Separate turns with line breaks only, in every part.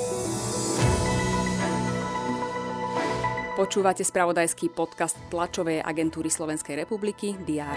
Počúvate spravodajský podcast tlačovej agentúry Slovenskej republiky DR.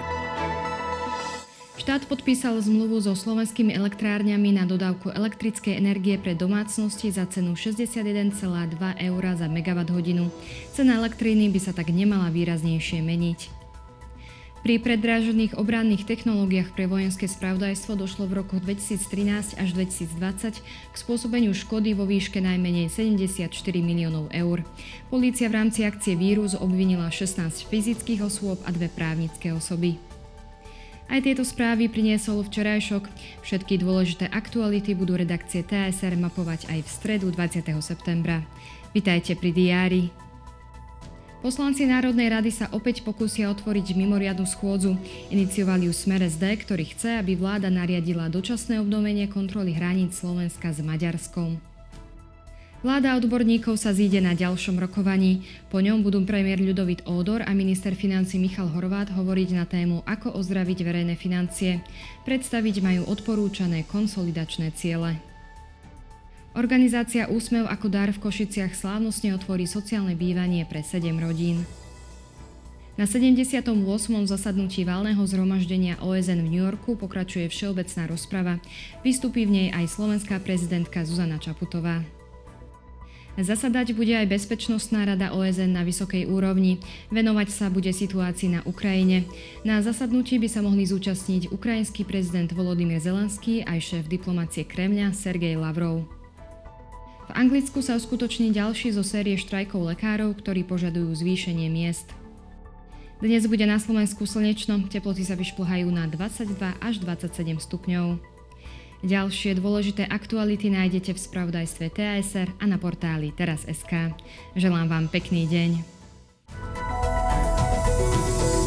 Štát podpísal zmluvu so slovenskými elektrárňami na dodávku elektrickej energie pre domácnosti za cenu 61,2 eur za megawatt hodinu. Cena elektriny by sa tak nemala výraznejšie meniť. Pri predrážených obranných technológiách pre vojenské spravodajstvo došlo v rokoch 2013 až 2020 k spôsobeniu škody vo výške najmenej 74 miliónov eur. Polícia v rámci akcie Vírus obvinila 16 fyzických osôb a 2 právnické osoby. Aj tieto správy priniesol včerajšok. Všetky dôležité aktuality budú redakcie TASR mapovať aj v stredu 20. septembra. Vitajte pri diári. Poslanci Národnej rady sa opäť pokúsia otvoriť mimoriadnu schôdzu. Iniciovali ju Smer SD, ktorý chce, aby vláda nariadila dočasné obnovenie kontroly hraníc Slovenska s Maďarskom. Vláda odborníkov sa zíde na ďalšom rokovaní. Po ňom budú premiér Ľudovít Ódor a minister financií Michal Horváth hovoriť na tému, ako ozdraviť verejné financie. Predstaviť majú odporúčané konsolidačné ciele. Organizácia Úsmev ako dar v Košiciach slávnostne otvorí sociálne bývanie pre 7 rodín. Na 78. zasadnutí valného zhromaždenia OSN v New Yorku pokračuje všeobecná rozprava. Vystupí v nej aj slovenská prezidentka Zuzana Čaputová. Zasadať bude aj Bezpečnostná rada OSN na vysokej úrovni. Venovať sa bude situácii na Ukrajine. Na zasadnutí by sa mohli zúčastniť ukrajinský prezident Volodymyr Zelenský aj šéf diplomacie Kremľa Sergej Lavrov. V Anglicku sa uskutoční ďalší zo série štrajkov lekárov, ktorí požadujú zvýšenie miest. Dnes bude na Slovensku slnečno, teploty sa vyšplhajú na 22 až 27 stupňov. Ďalšie dôležité aktuality nájdete v spravodajstve TASR a na portáli teraz.sk. Želám vám pekný deň.